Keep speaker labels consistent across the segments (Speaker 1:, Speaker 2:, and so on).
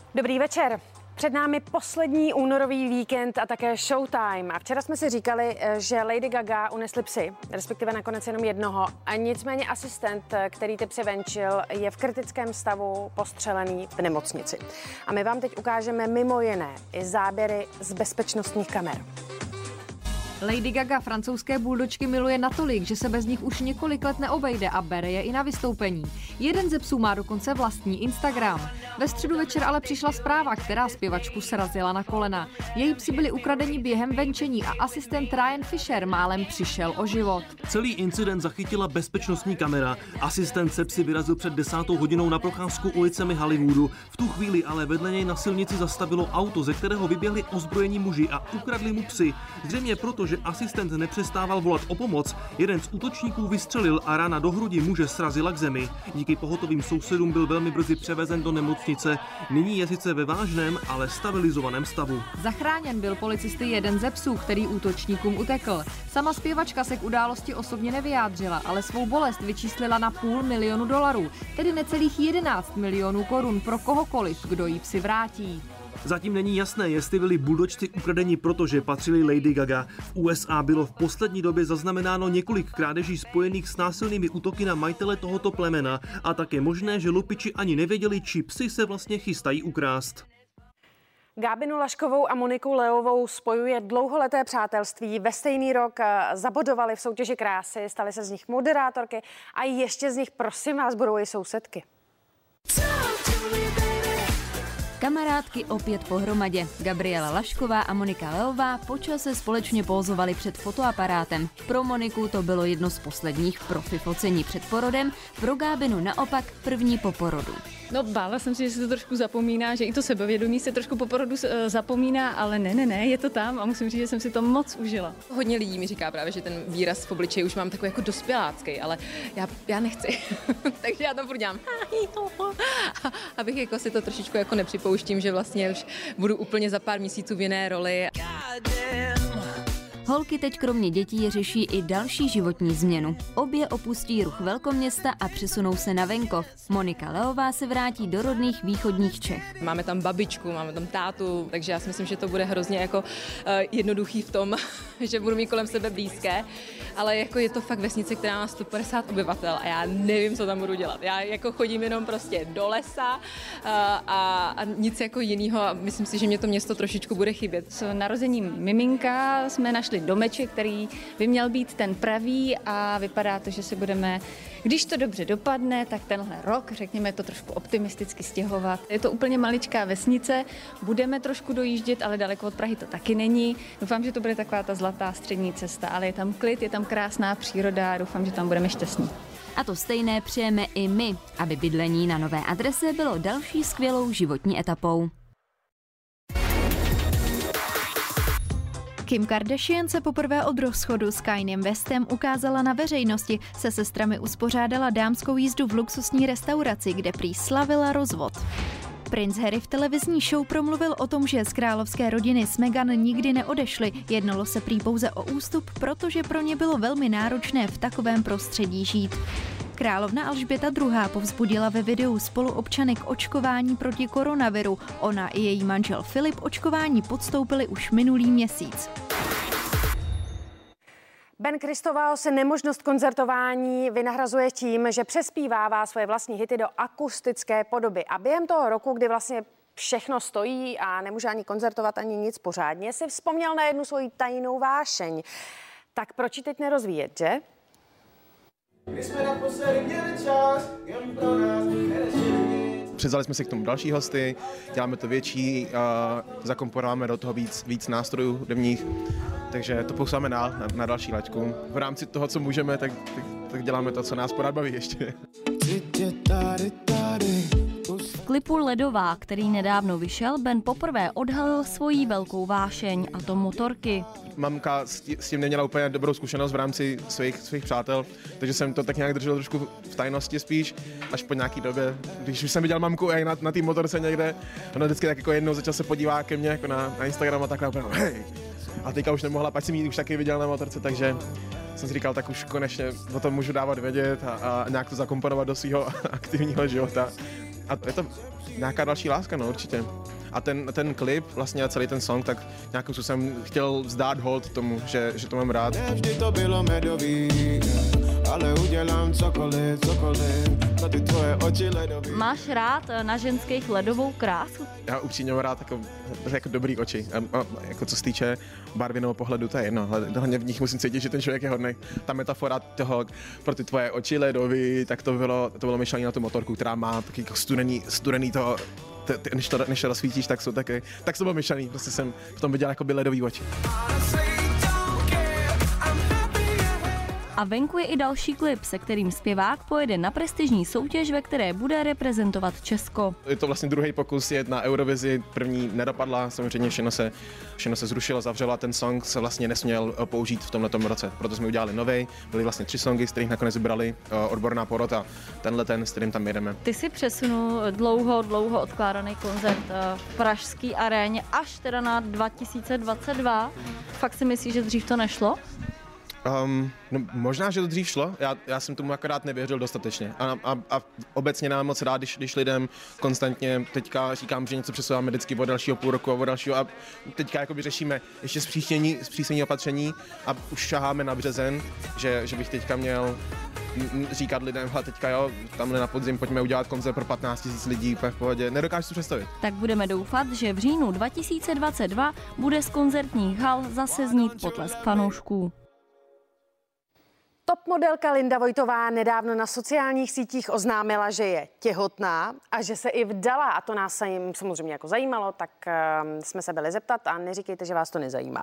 Speaker 1: Dobrý večer. Před námi poslední únorový víkend a také showtime. A včera jsme si říkali, že Lady Gaga unesli psy, respektive nakonec jenom jednoho. A nicméně asistent, který ty psy venčil, je v kritickém stavu postřelený v nemocnici. A my vám teď ukážeme mimo jiné i záběry z bezpečnostních kamer.
Speaker 2: Lady Gaga francouzské buldočky miluje natolik, že se bez nich už několik let neobejde a bere je i na vystoupení. Jeden ze psů má dokonce vlastní Instagram. Ve středu večer ale přišla zpráva, která zpěvačku srazila na kolena. Její psi byli ukradeni během venčení a asistent Ryan Fisher málem přišel o život.
Speaker 3: Celý incident zachytila bezpečnostní kamera. Asistent se psy vyrazil před 10. hodinou na procházku ulicemi Hollywoodu. V tu chvíli ale vedle něj na silnici zastavilo auto, ze kterého vyběhli ozbrojení muži a ukradli mu psy. Zřejmě proto, že asistent nepřestával volat o pomoc, jeden z útočníků vystřelil a rána do hrudi muže srazila k zemi. Díky pohotovým sousedům byl velmi brzy převezen do nemocnice. Nyní je sice ve vážném, ale stabilizovaném stavu.
Speaker 2: Zachráněn byl policisty jeden ze psů, který útočníkům utekl. Sama zpěvačka se k události osobně nevyjádřila, ale svou bolest vyčíslila na $500 000, tedy necelých 11 milionů korun pro kohokoliv, kdo jí psy vrátí.
Speaker 3: Zatím není jasné, jestli byli buldočci ukradeni, protože patřili Lady Gaga. V USA bylo v poslední době zaznamenáno několik krádeží spojených s násilnými útoky na majitele tohoto plemena a tak je možné, že lupiči ani nevěděli, či psi se vlastně chystají ukrást.
Speaker 1: Gábinu Laškovou a Moniku Leovou spojuje dlouholeté přátelství. Ve stejný rok zabodovali v soutěži krásy, staly se z nich moderátorky a ještě z nich, prosím vás, budou i sousedky.
Speaker 4: Kamarádky opět pohromadě. Gabriela Lašková a Monika Leová po čase společně pózovali před fotoaparátem. Pro Moniku to bylo jedno z posledních profi focení před porodem, pro Gábinu naopak první po porodu.
Speaker 5: No, bála jsem si, že se to trošku zapomíná, že i to sebevědomí se trošku po porodu zapomíná, ale ne, je to tam a musím říct, že jsem si to moc užila.
Speaker 6: Hodně lidí mi říká právě, že ten výraz v obličeji už mám takový jako dospělácký, ale já nechci. Takže já to furt dělám. Abych jako si to trošičku jako nepřipouštím, že vlastně už budu úplně za pár měsíců v jiné roli.
Speaker 4: Holky teď kromě dětí řeší i další životní změnu. Obě opustí ruch velkoměsta a přesunou se na venkov. Monika Leová se vrátí do rodných východních Čech.
Speaker 6: Máme tam babičku, máme tam tátu, takže já si myslím, že to bude hrozně jako jednoduchý v tom, že budu mít kolem sebe blízké, ale jako je to fakt vesnice, která má 150 obyvatel a já nevím, co tam budu dělat. Já jako chodím jenom prostě do lesa a nic jako jinýho a myslím si, že mě to město trošičku bude chybět.
Speaker 5: S narozením miminka jsme našli domeček, který by měl být ten pravý a vypadá to, že si budeme, když to dobře dopadne, tak tenhle rok, řekněme to trošku optimisticky stěhovat. Je to úplně maličká vesnice, budeme trošku dojíždět, ale daleko od Prahy to taky není. Doufám, že to bude taková ta zlatá střední cesta, ale je tam klid, je tam krásná příroda a doufám, že tam budeme šťastní.
Speaker 4: A to stejné přejeme i my, aby bydlení na nové adrese bylo další skvělou životní etapou.
Speaker 7: Kim Kardashian se poprvé od rozchodu s Kaniem Westem ukázala na veřejnosti. Se sestrami uspořádala dámskou jízdu v luxusní restauraci, kde prý slavila rozvod. Princ Harry v televizní show promluvil o tom, že z královské rodiny s Meghan nikdy neodešli. Jednalo se prý pouze o ústup, protože pro ně bylo velmi náročné v takovém prostředí žít. Královna Alžběta II. Povzbudila ve videu spoluobčany k očkování proti koronaviru. Ona i její manžel Filip očkování podstoupili už minulý měsíc.
Speaker 1: Ben Christovao se nemožnost koncertování vynahrazuje tím, že přespívává svoje vlastní hity do akustické podoby. A během toho roku, kdy vlastně všechno stojí a nemůže ani koncertovat, ani nic pořádně, si vzpomněl na jednu svoji tajnou vášeň. Tak proč ji teď nerozvíjet, že?
Speaker 8: Když jsme naposledy měli čas, jen pro nás přizvali jsme si k tomu další hosty, děláme to větší, zakomponujeme do toho víc nástrojů hudebních, takže to posouváme na další laťku. V rámci toho, co můžeme, tak děláme to, co nás pořád baví ještě.
Speaker 4: V klipu Ledová, který nedávno vyšel, Ben poprvé odhalil svoji velkou vášeň, a to motorky.
Speaker 8: Mamka s tím neměla úplně dobrou zkušenost v rámci svých přátel, takže jsem to tak nějak držel trošku v tajnosti spíš, až po nějaký době, když už jsem viděl mamku na té motorce někde, ona vždycky tak jako jednou začal se podívá ke mně jako na Instagram a takhle úplně, hej. A teďka už nemohla, pak jsem ji už taky viděl na motorce, takže jsem si říkal, tak už konečně o tom můžu dávat vědět a nějak to zakomponovat do svého aktivního života. A je to nějaká další láska, no určitě. A ten klip, vlastně celý ten song, tak nějakým způsobem chtěl vzdát hold tomu, že to mám rád.
Speaker 9: Vždy to bylo medový, ale udělám cokoliv, na ty tvoje oči ledový.
Speaker 4: Máš rád na ženských ledovou krásu?
Speaker 8: Já upřímně mám rád jako dobrý oči. A jako co se týče barvy nebo pohledu, to je jedno. Hlavně v nich musím cítit, že ten člověk je hodnej. Ta metafora toho pro ty tvoje oči ledový, tak to bylo myšlení na tu motorku, která má taky jako studený to, než to rozsvítíš, tak jsou taky, tak to bylo myšlený. Prostě jsem v tom viděl jako by ledový oči.
Speaker 4: A venku je i další klip, se kterým zpěvák pojede na prestižní soutěž, ve které bude reprezentovat Česko.
Speaker 8: Je to vlastně druhý pokus jet na Eurovizi, první nedopadla, samozřejmě všechno se zrušilo, zavřelo a ten song se vlastně nesměl použít v tomhletom roce. Proto jsme udělali novej, byly vlastně 3 songy, z kterých nakonec vybrali odborná porota, ten, s kterým tam jedeme.
Speaker 4: Ty si přesunul dlouho odkládaný koncert v pražský aréně až teda na 2022. Fakt si myslíš, že dřív to nešlo?
Speaker 8: No, možná, že to dřív šlo, já jsem tomu akorát nevěřil dostatečně a obecně nám moc rád, když lidem konstantně teďka říkám, že něco přesouváme vždycky od dalšího půl roku a od dalšího a teďka jakoby řešíme ještě zpřísnění opatření a už šaháme na březen, že bych teďka měl říkat lidem, a teďka jo, tamhle na podzim pojďme udělat koncert pro 15 000 lidí, v pohodě, nedokážu si představit.
Speaker 4: Tak budeme doufat, že v říjnu 2022 bude z koncertních hal zase znít potlesk fanoušků.
Speaker 1: Top modelka Linda Vojtová nedávno na sociálních sítích oznámila, že je těhotná a že se i vdala. A to nás samozřejmě jako zajímalo, tak jsme se byli zeptat a neříkejte, že vás to nezajímá.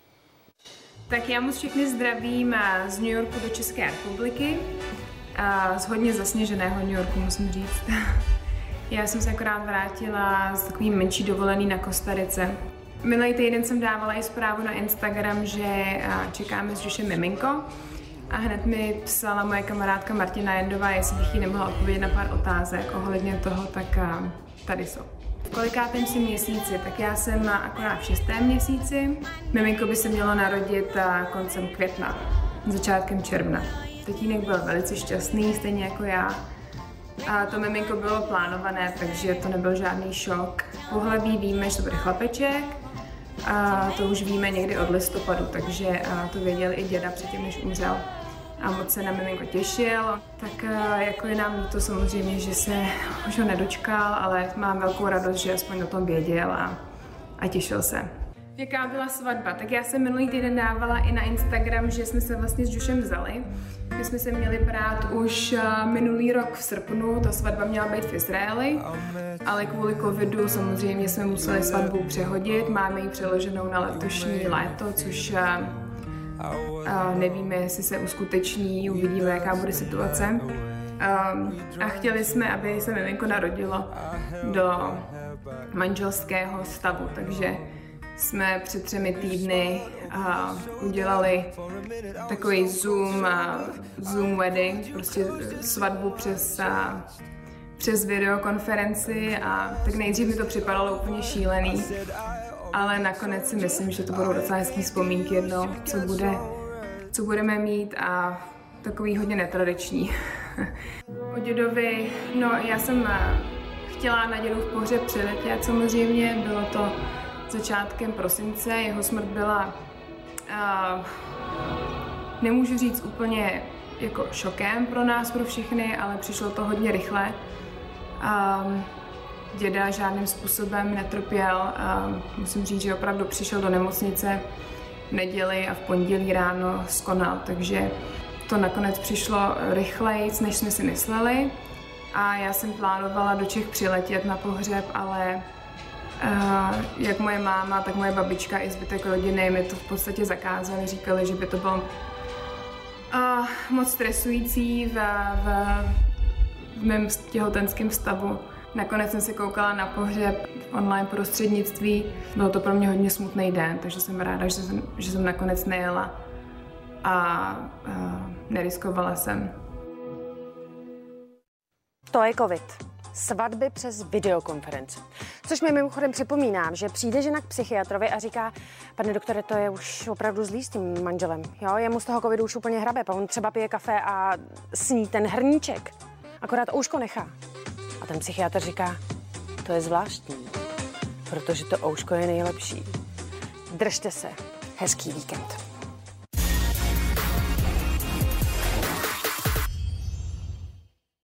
Speaker 10: Tak já moc všechny zdravím z New Yorku do České republiky. Z hodně zasněženého New Yorku, musím říct. Já jsem se akorát vrátila z takový menší dovolený na Kostarice. Minulý týden jsem dávala i zprávu na Instagram, že čekáme s Jošem miminko. A hned mi psala moje kamarádka Martina Jendová, jestli bych jí nemohla odpovědět na pár otázek ohledně toho, tak tady jsou. V kolikátém jsem měsíci? Tak já jsem akorát v 6. měsíci. Miminko by se mělo narodit koncem května, začátkem června. Tatínek byl velice šťastný, stejně jako já. A to miminko bylo plánované, takže to nebyl žádný šok. Pohlaví víme, že to bude chlapeček. A to už víme někdy od listopadu, takže to věděl i děda předtím, než umřel. A moc se na miminko těšil. Tak jako je nám líto samozřejmě, že se už ho nedočkal, ale mám velkou radost, že aspoň o tom věděl a těšil se. Jaká byla svatba? Tak já jsem minulý týden dávala i na Instagram, že jsme se vlastně s Jošem vzali. My jsme se měli brát už minulý rok v srpnu, ta svatba měla být v Izraeli, ale kvůli covidu samozřejmě jsme museli svatbu přehodit. Máme ji přeloženou na letošní léto, což nevíme, jestli se uskuteční, uvidíme, jaká bude situace. A chtěli jsme, aby se miminko narodilo do manželského stavu, takže jsme před 3 týdny udělali takový Zoom wedding, prostě svatbu přes videokonferenci a tak nejdřív mi to připadalo úplně šílený, ale nakonec si myslím, že to budou docela hezký vzpomínky jedno, co budeme mít a takový hodně netradiční. O dědovi, no já jsem chtěla na dědův pohřeb přiletět samozřejmě, bylo to začátkem prosince, jeho smrt byla, nemůžu říct úplně jako šokem pro nás, pro všechny, ale přišlo to hodně rychle. Děda žádným způsobem netrpěl, musím říct, že opravdu přišel do nemocnice v neděli a v pondělí ráno skonal, takže to nakonec přišlo rychleji, než jsme si mysleli. A já jsem plánovala do Čech přiletět na pohřeb, ale jak moje máma, tak moje babička i zbytek rodiny mi to v podstatě zakázali, říkali, že by to bylo moc stresující v mém těhotenském stavu. Nakonec jsem se koukala na pohřeb online prostřednictví. Bylo to pro mě hodně smutný den, takže jsem ráda, že jsem nakonec nejela a neriskovala jsem.
Speaker 1: To je covid. Svatby přes videokonferenci. Což mi mimochodem připomínám, že přijde žena k psychiatrovi a říká, pane doktore, to je už opravdu zlý s tím manželem. Jo, jemu z toho covidu už úplně hrabe, on třeba pije kafe a sní ten hrníček. Akorát ouško nechá. A ten psychiatr říká, to je zvláštní, protože to ouško je nejlepší. Držte se. Hezký víkend.